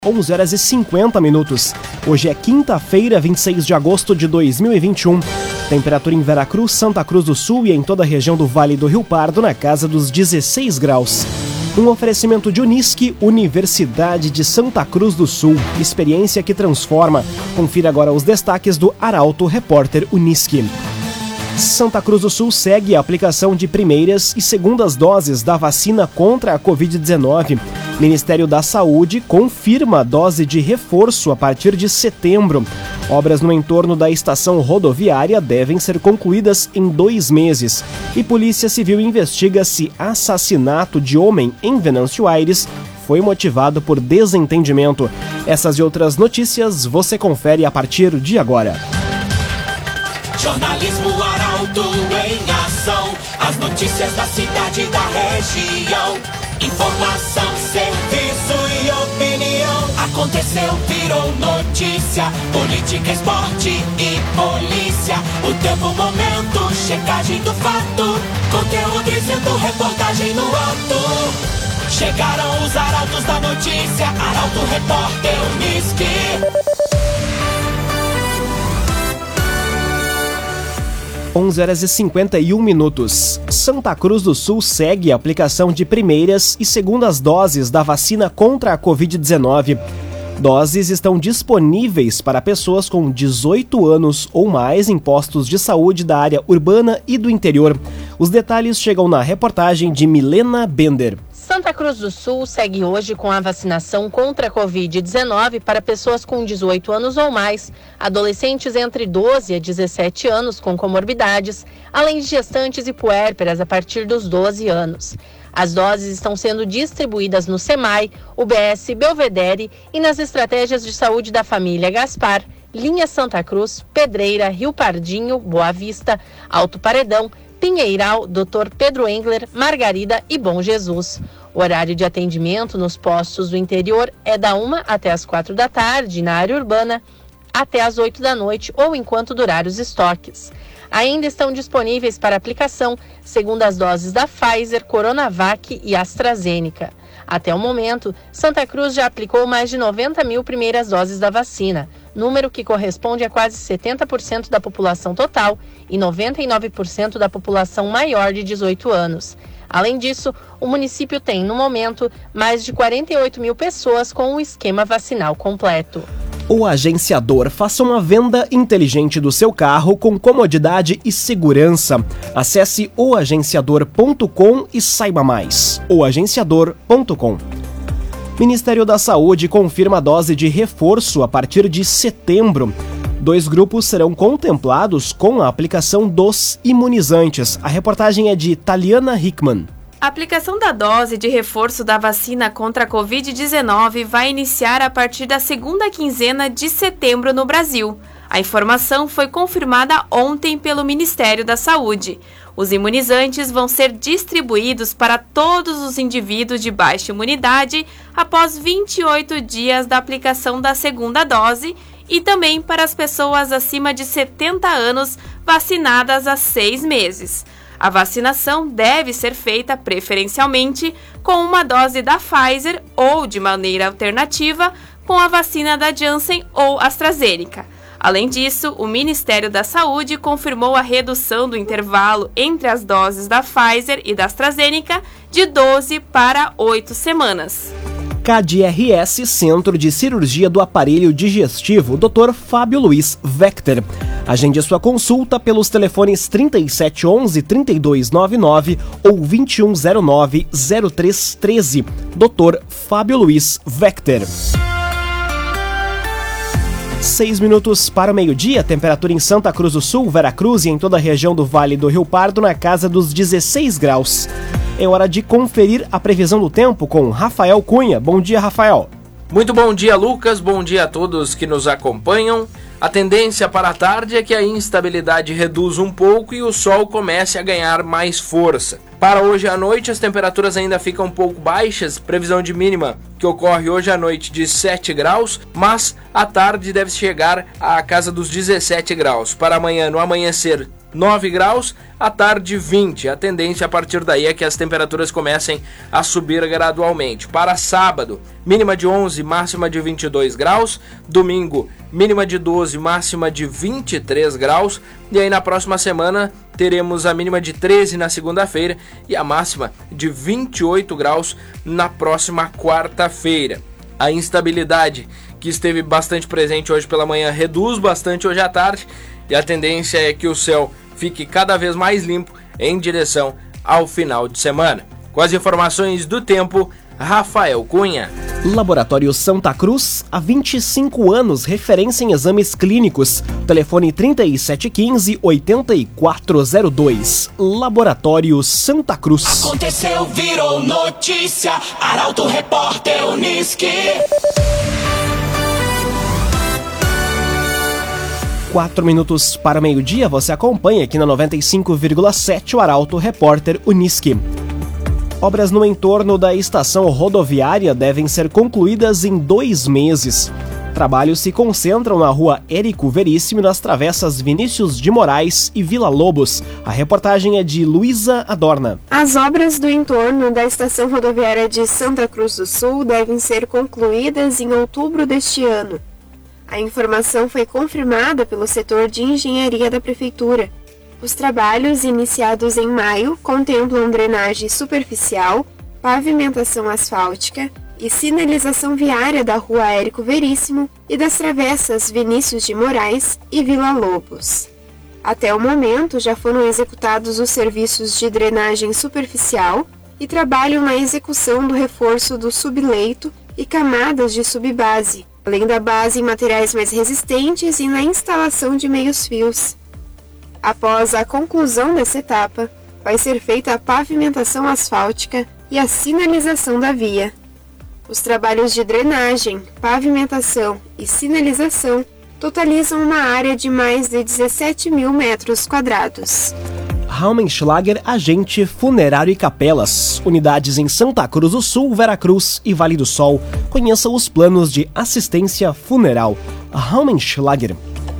11h50. Hoje é quinta-feira, 26 de agosto de 2021. Temperatura em Veracruz, Santa Cruz do Sul e em toda a região do Vale do Rio Pardo na casa dos 16 graus. Um oferecimento de Unisque, Universidade de Santa Cruz do Sul. Experiência que transforma. Confira agora os destaques do Arauto Repórter Unisque. Santa Cruz do Sul segue a aplicação de primeiras e segundas doses da vacina contra a Covid-19. Ministério da Saúde confirma a dose de reforço a partir de setembro. Obras no entorno da estação rodoviária devem ser concluídas em 2 meses. E Polícia Civil investiga se assassinato de homem em Venâncio Aires foi motivado por desentendimento. Essas e outras notícias você confere a partir de agora. Jornalismo Arauto em ação. As notícias da cidade e da região. Informação, serviço e opinião. Aconteceu, virou notícia. Política, esporte e polícia. O tempo, momento, checagem do fato. Conteúdo dizendo, reportagem no ato. Chegaram os arautos da notícia. Arauto Repórter Unisque. 11h51. Santa Cruz do Sul segue a aplicação de primeiras e segundas doses da vacina contra a Covid-19. Doses estão disponíveis para pessoas com 18 anos ou mais em postos de saúde da área urbana e do interior. Os detalhes chegam na reportagem de Milena Bender. Santa Cruz do Sul segue hoje com a vacinação contra a Covid-19 para pessoas com 18 anos ou mais, adolescentes entre 12 a 17 anos com comorbidades, além de gestantes e puérperas a partir dos 12 anos. As doses estão sendo distribuídas no SEMAI, UBS Belvedere e nas estratégias de saúde da família Gaspar, Linha Santa Cruz, Pedreira, Rio Pardinho, Boa Vista, Alto Paredão, Pinheiral, Dr. Pedro Engler, Margarida e Bom Jesus. O horário de atendimento nos postos do interior é da 1 até as 4 da tarde, na área urbana, até as 8 da noite ou enquanto durar os estoques. Ainda estão disponíveis para aplicação segundas doses da Pfizer, Coronavac e AstraZeneca. Até o momento, Santa Cruz já aplicou mais de 90 mil primeiras doses da vacina, número que corresponde a quase 70% da população total e 99% da população maior de 18 anos. Além disso, o município tem, no momento, mais de 48 mil pessoas com o esquema vacinal completo. O agenciador, faça uma venda inteligente do seu carro com comodidade e segurança. Acesse oagenciador.com e saiba mais. oagenciador.com. Ministério da Saúde confirma a dose de reforço a partir de setembro. 2 grupos serão contemplados com a aplicação dos imunizantes. A reportagem é de Taliana Hickman. A aplicação da dose de reforço da vacina contra a Covid-19 vai iniciar a partir da segunda quinzena de setembro no Brasil. A informação foi confirmada ontem pelo Ministério da Saúde. Os imunizantes vão ser distribuídos para todos os indivíduos de baixa imunidade após 28 dias da aplicação da segunda dose e também para as pessoas acima de 70 anos vacinadas há 6 meses. A vacinação deve ser feita preferencialmente com uma dose da Pfizer ou, de maneira alternativa, com a vacina da Janssen ou AstraZeneca. Além disso, o Ministério da Saúde confirmou a redução do intervalo entre as doses da Pfizer e da AstraZeneca de 12 para 8 semanas. KDRS, Centro de Cirurgia do Aparelho Digestivo, Dr. Fábio Luiz Vector. Agende sua consulta pelos telefones 3711-3299 ou 2109-0313. Dr. Fábio Luiz Vector. 6 minutos para o meio-dia, temperatura em Santa Cruz do Sul, Veracruz e em toda a região do Vale do Rio Pardo na casa dos 16 graus. É hora de conferir a previsão do tempo com Rafael Cunha. Bom dia, Rafael. Muito bom dia, Lucas. Bom dia a todos que nos acompanham. A tendência para a tarde é que a instabilidade reduza um pouco e o sol comece a ganhar mais força. Para hoje à noite, as temperaturas ainda ficam um pouco baixas, previsão de mínima que ocorre hoje à noite de 7 graus, mas à tarde deve chegar à casa dos 17 graus. Para amanhã, no amanhecer, 9 graus, à tarde 20. A tendência a partir daí é que as temperaturas comecem a subir gradualmente. Para sábado, mínima de 11, máxima de 22 graus. Domingo, mínima de 12, máxima de 23 graus. E aí na próxima semana teremos a mínima de 13 na segunda-feira e a máxima de 28 graus na próxima quarta-feira. A instabilidade que esteve bastante presente hoje pela manhã reduz bastante hoje à tarde e a tendência é que o céu fique cada vez mais limpo em direção ao final de semana. Com as informações do tempo, Rafael Cunha. Laboratório Santa Cruz, há 25 anos, referência em exames clínicos. Telefone 3715-8402. Laboratório Santa Cruz. Aconteceu, virou notícia. Arauto Repórter Unisque. 4 minutos para meio-dia, você acompanha aqui na 95,7 o Arauto Repórter Unisque. Obras no entorno da estação rodoviária devem ser concluídas em 2 meses. Trabalhos se concentram na rua Érico Veríssimo, nas travessas Vinícius de Moraes e Vila Lobos. A reportagem é de Luísa Adorna. As obras do entorno da estação rodoviária de Santa Cruz do Sul devem ser concluídas em outubro deste ano. A informação foi confirmada pelo setor de engenharia da Prefeitura. Os trabalhos, iniciados em maio, contemplam drenagem superficial, pavimentação asfáltica e sinalização viária da rua Érico Veríssimo e das travessas Vinícius de Moraes e Vila Lobos. Até o momento, já foram executados os serviços de drenagem superficial e trabalham na execução do reforço do subleito e camadas de subbase, além da base em materiais mais resistentes e na instalação de meios-fios. Após a conclusão dessa etapa, vai ser feita a pavimentação asfáltica e a sinalização da via. Os trabalhos de drenagem, pavimentação e sinalização totalizam uma área de mais de 17 mil metros quadrados. Raumenschlager, agente funerário e capelas. Unidades em Santa Cruz do Sul, Veracruz e Vale do Sol. Conheça os planos de assistência funeral. Raumenschlager.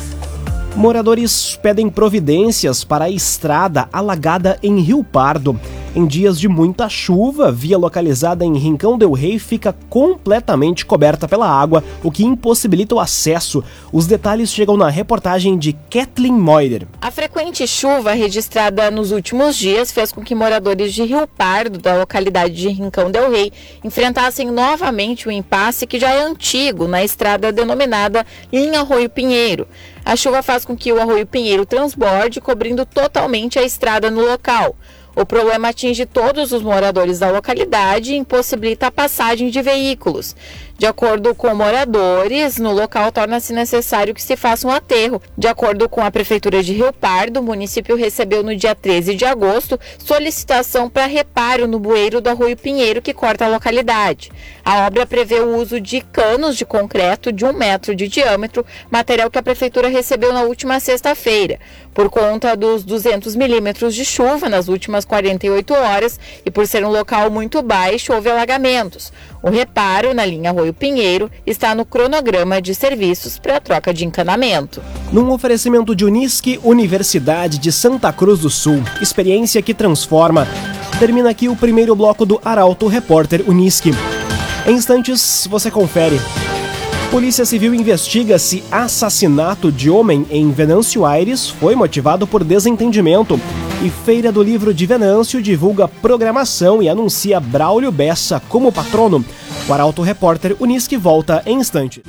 Moradores pedem providências para a estrada alagada em Rio Pardo. Em dias de muita chuva, via localizada em Rincão del Rei fica completamente coberta pela água, o que impossibilita o acesso. Os detalhes chegam na reportagem de Kathleen Moider. A frequente chuva registrada nos últimos dias fez com que moradores de Rio Pardo, da localidade de Rincão del Rei, enfrentassem novamente o impasse que já é antigo na estrada denominada Linha Arroio Pinheiro. A chuva faz com que o Arroio Pinheiro transborde, cobrindo totalmente a estrada no local. O problema atinge todos os moradores da localidade e impossibilita a passagem de veículos. De acordo com moradores, no local torna-se necessário que se faça um aterro. De acordo com a Prefeitura de Rio Pardo, o município recebeu no dia 13 de agosto solicitação para reparo no bueiro do Arroio Pinheiro, que corta a localidade. A obra prevê o uso de canos de concreto de 1 metro de diâmetro, material que a Prefeitura recebeu na última sexta-feira. Por conta dos 200 milímetros de chuva nas últimas 48 horas e por ser um local muito baixo, houve alagamentos. O reparo na linha Arroio Pinheiro está no cronograma de serviços para a troca de encanamento. Num oferecimento de Unisque, Universidade de Santa Cruz do Sul, experiência que transforma. Termina aqui o primeiro bloco do Arauto Repórter Unisque. Em instantes, você confere. Polícia Civil investiga se assassinato de homem em Venâncio Aires foi motivado por desentendimento. E Feira do Livro de Venâncio divulga programação e anuncia Braulio Bessa como patrono. O Arauto Repórter Unisque volta em instante.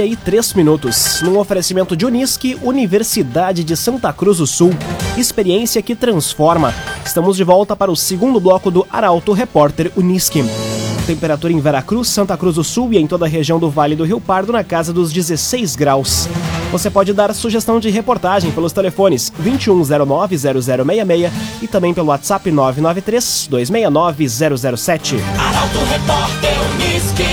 12:03. Num oferecimento de Unisque, Universidade de Santa Cruz do Sul. Experiência que transforma. Estamos de volta para o segundo bloco do Arauto Repórter Unisque. Temperatura em Veracruz, Santa Cruz do Sul e em toda a região do Vale do Rio Pardo na casa dos 16 graus. Você pode dar sugestão de reportagem pelos telefones 2109-0066 e também pelo WhatsApp 993-269-007. Arauto Repórter Unisque.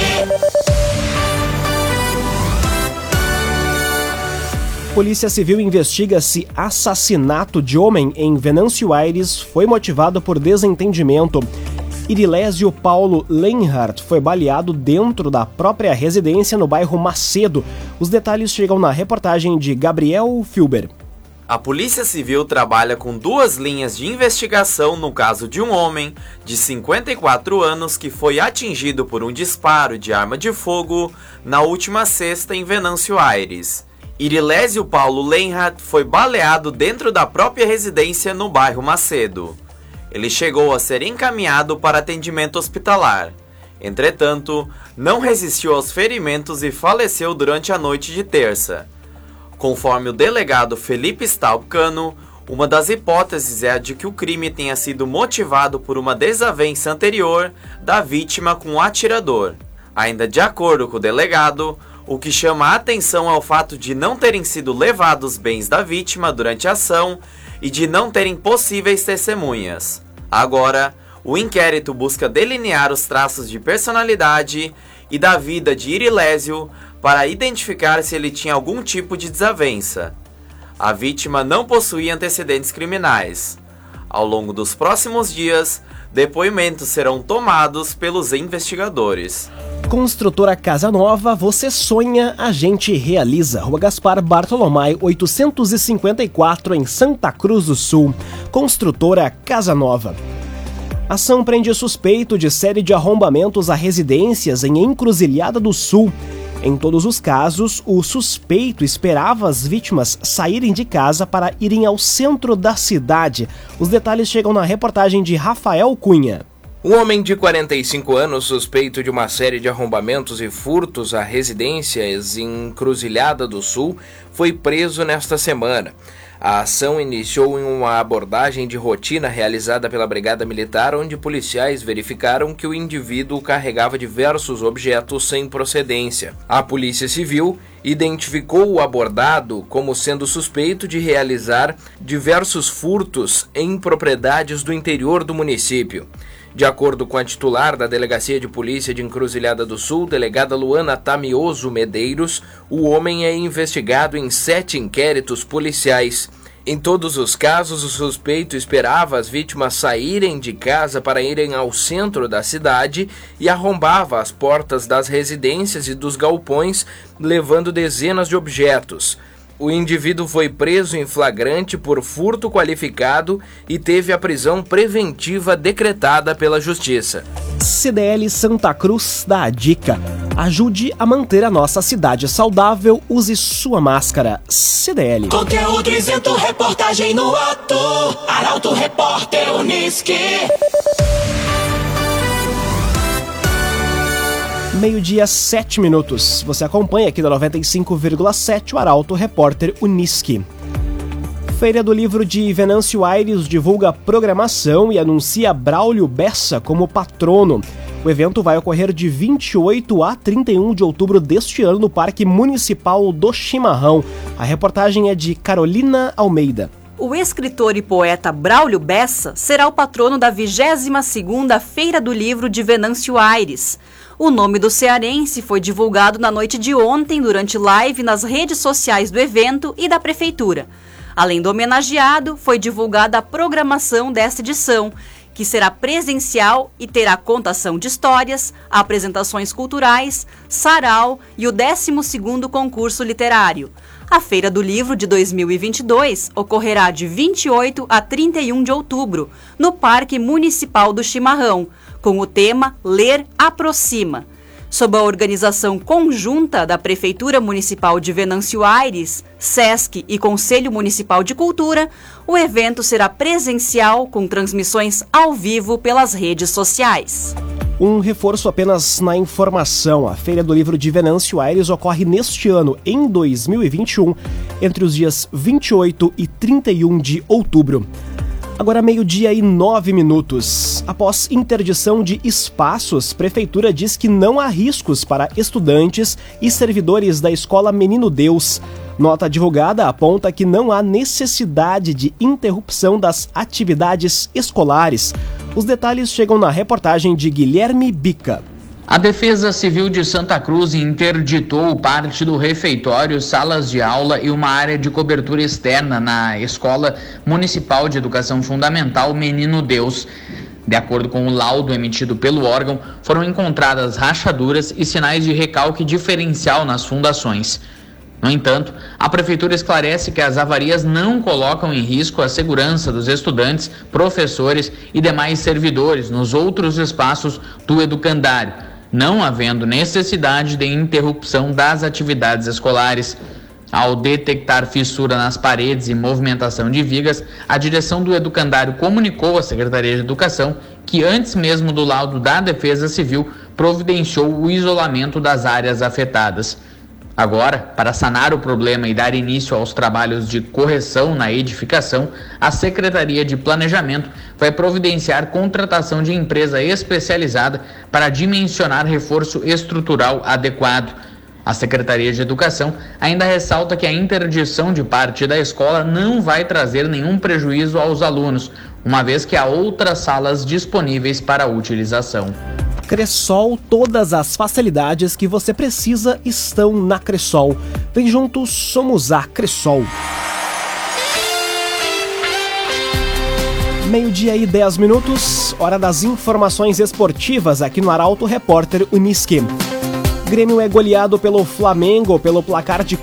Polícia Civil investiga se assassinato de homem em Venâncio Aires foi motivado por desentendimento. Irilésio Paulo Lenhardt foi baleado dentro da própria residência no bairro Macedo. Os detalhes chegam na reportagem de Gabriel Filber. A Polícia Civil trabalha com 2 linhas de investigação no caso de um homem de 54 anos que foi atingido por um disparo de arma de fogo na última sexta em Venâncio Aires. Irilésio Paulo Lenhardt foi baleado dentro da própria residência no bairro Macedo. Ele chegou a ser encaminhado para atendimento hospitalar. Entretanto, não resistiu aos ferimentos e faleceu durante a noite de terça. Conforme o delegado Felipe Stalcano, uma das hipóteses é a de que o crime tenha sido motivado por uma desavença anterior da vítima com o atirador. Ainda de acordo com o delegado, o que chama a atenção é o fato de não terem sido levados bens da vítima durante a ação e de não terem possíveis testemunhas. Agora, o inquérito busca delinear os traços de personalidade e da vida de Irilésio para identificar se ele tinha algum tipo de desavença. A vítima não possuía antecedentes criminais. Ao longo dos próximos dias, depoimentos serão tomados pelos investigadores. Construtora Casa Nova, você sonha, a gente realiza. Rua Gaspar Bartolomé, 854, em Santa Cruz do Sul. Construtora Casa Nova. Ação prende suspeito de série de arrombamentos a residências em Encruzilhada do Sul. Em todos os casos, o suspeito esperava as vítimas saírem de casa para irem ao centro da cidade. Os detalhes chegam na reportagem de Rafael Cunha. Um homem de 45 anos, suspeito de uma série de arrombamentos e furtos a residências em Encruzilhada do Sul, foi preso nesta semana. A ação iniciou em uma abordagem de rotina realizada pela Brigada Militar, onde policiais verificaram que o indivíduo carregava diversos objetos sem procedência. A Polícia Civil identificou o abordado como sendo suspeito de realizar diversos furtos em propriedades do interior do município. De acordo com a titular da Delegacia de Polícia de Encruzilhada do Sul, delegada Luana Tamioso Medeiros, o homem é investigado em 7 inquéritos policiais. Em todos os casos, o suspeito esperava as vítimas saírem de casa para irem ao centro da cidade e arrombava as portas das residências e dos galpões, levando dezenas de objetos. O indivíduo foi preso em flagrante por furto qualificado e teve a prisão preventiva decretada pela Justiça. CDL Santa Cruz dá a dica. Ajude a manter a nossa cidade saudável, use sua máscara. CDL. Conteúdo isento, reportagem no ato. Arauto Repórter Unisque. 12:07. Você acompanha aqui da 95,7 o Arauto Repórter Unisque. Feira do Livro de Venâncio Aires divulga programação e anuncia Braulio Bessa como patrono. O evento vai ocorrer de 28 a 31 de outubro deste ano no Parque Municipal do Chimarrão. A reportagem é de Carolina Almeida. O escritor e poeta Braulio Bessa será o patrono da 22ª Feira do Livro de Venâncio Aires. O nome do cearense foi divulgado na noite de ontem durante live nas redes sociais do evento e da Prefeitura. Além do homenageado, foi divulgada a programação desta edição, que será presencial e terá contação de histórias, apresentações culturais, sarau e o 12º concurso literário. A Feira do Livro de 2022 ocorrerá de 28 a 31 de outubro, no Parque Municipal do Chimarrão, com o tema Ler Aproxima. Sob a organização conjunta da Prefeitura Municipal de Venâncio Aires, SESC e Conselho Municipal de Cultura, o evento será presencial com transmissões ao vivo pelas redes sociais. Um reforço apenas na informação. A Feira do Livro de Venâncio Aires ocorre neste ano, em 2021, entre os dias 28 e 31 de outubro. Agora 12:09. Após interdição de espaços, Prefeitura diz que não há riscos para estudantes e servidores da Escola Menino Deus. Nota divulgada aponta que não há necessidade de interrupção das atividades escolares. Os detalhes chegam na reportagem de Guilherme Bica. A Defesa Civil de Santa Cruz interditou parte do refeitório, salas de aula e uma área de cobertura externa na Escola Municipal de Educação Fundamental Menino Deus. De acordo com o laudo emitido pelo órgão, foram encontradas rachaduras e sinais de recalque diferencial nas fundações. No entanto, a Prefeitura esclarece que as avarias não colocam em risco a segurança dos estudantes, professores e demais servidores nos outros espaços do educandário, não havendo necessidade de interrupção das atividades escolares. Ao detectar fissura nas paredes e movimentação de vigas, a direção do educandário comunicou à Secretaria de Educação que, antes mesmo do laudo da Defesa Civil, providenciou o isolamento das áreas afetadas. Agora, para sanar o problema e dar início aos trabalhos de correção na edificação, a Secretaria de Planejamento vai providenciar contratação de empresa especializada para dimensionar reforço estrutural adequado. A Secretaria de Educação ainda ressalta que a interdição de parte da escola não vai trazer nenhum prejuízo aos alunos, uma vez que há outras salas disponíveis para utilização. Cressol, todas as facilidades que você precisa estão na Cressol. Vem juntos, somos a Cressol. 12:10, hora das informações esportivas aqui no Arauto Repórter Unisque. Grêmio é goleado pelo Flamengo pelo placar de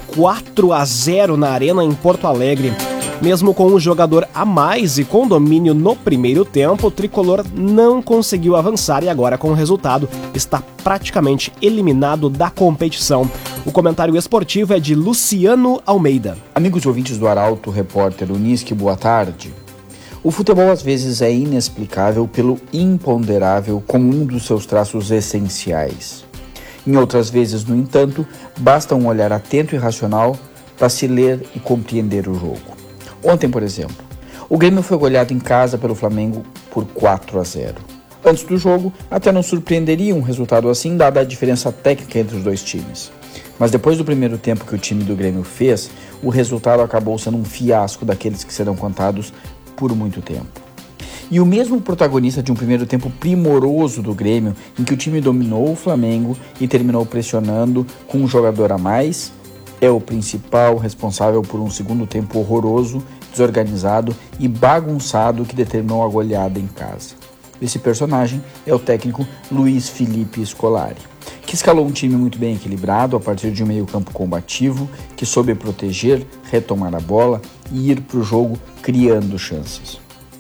4-0 na Arena em Porto Alegre. Mesmo com um jogador a mais e com domínio no primeiro tempo, o tricolor não conseguiu avançar e agora, com o resultado, está praticamente eliminado da competição. O comentário esportivo é de Luciano Almeida. Amigos e ouvintes do Arauto Repórter Unisque, boa tarde. O futebol às vezes é inexplicável pelo imponderável como um dos seus traços essenciais. Em outras vezes, no entanto, basta um olhar atento e racional para se ler e compreender o jogo. Ontem, por exemplo, o Grêmio foi goleado em casa pelo Flamengo por 4-0. Antes do jogo, até não surpreenderia um resultado assim, dada a diferença técnica entre os dois times. Mas depois do primeiro tempo que o time do Grêmio fez, o resultado acabou sendo um fiasco daqueles que serão contados por muito tempo. E o mesmo protagonista de um primeiro tempo primoroso do Grêmio, em que o time dominou o Flamengo e terminou pressionando com um jogador a mais, é o principal responsável por um segundo tempo horroroso, desorganizado e bagunçado que determinou a goleada em casa. Esse personagem é o técnico Luiz Felipe Scolari, que escalou um time muito bem equilibrado a partir de um meio-campo combativo, que soube proteger, retomar a bola e ir para o jogo criando chances.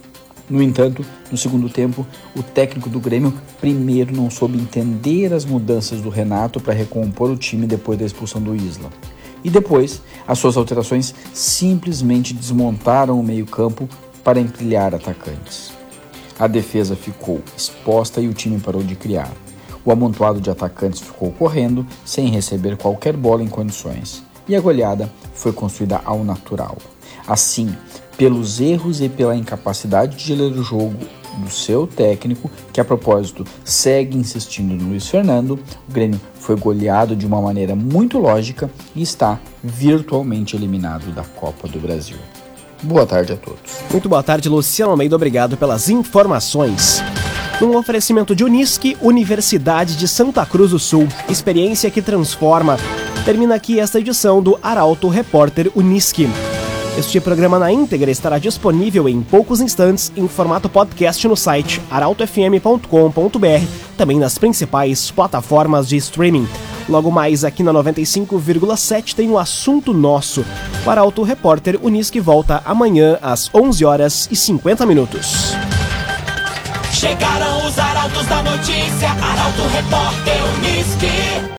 No entanto, no segundo tempo, o técnico do Grêmio primeiro não soube entender as mudanças do Renato para recompor o time depois da expulsão do Isla. E depois, as suas alterações simplesmente desmontaram o meio-campo para empilhar atacantes. A defesa ficou exposta e o time parou de criar. O amontoado de atacantes ficou correndo, sem receber qualquer bola em condições. E a goleada foi construída ao natural. Assim, pelos erros e pela incapacidade de ler o jogo do seu técnico, que a propósito segue insistindo no Luiz Fernando, o Grêmio foi goleado de uma maneira muito lógica e está virtualmente eliminado da Copa do Brasil. Boa tarde a todos. Muito boa tarde, Luciano Almeida, obrigado pelas informações. Um oferecimento de Unisque, Universidade de Santa Cruz do Sul, experiência que transforma. Termina aqui esta edição do Arauto Repórter Unisque. Este programa na íntegra estará disponível em poucos instantes em formato podcast no site arautofm.com.br, também nas principais plataformas de streaming. Logo mais aqui na 95,7 tem um assunto nosso. O Arauto Repórter Unisque volta amanhã às 11h50. Chegaram os arautos da notícia, Arauto Repórter Unisque.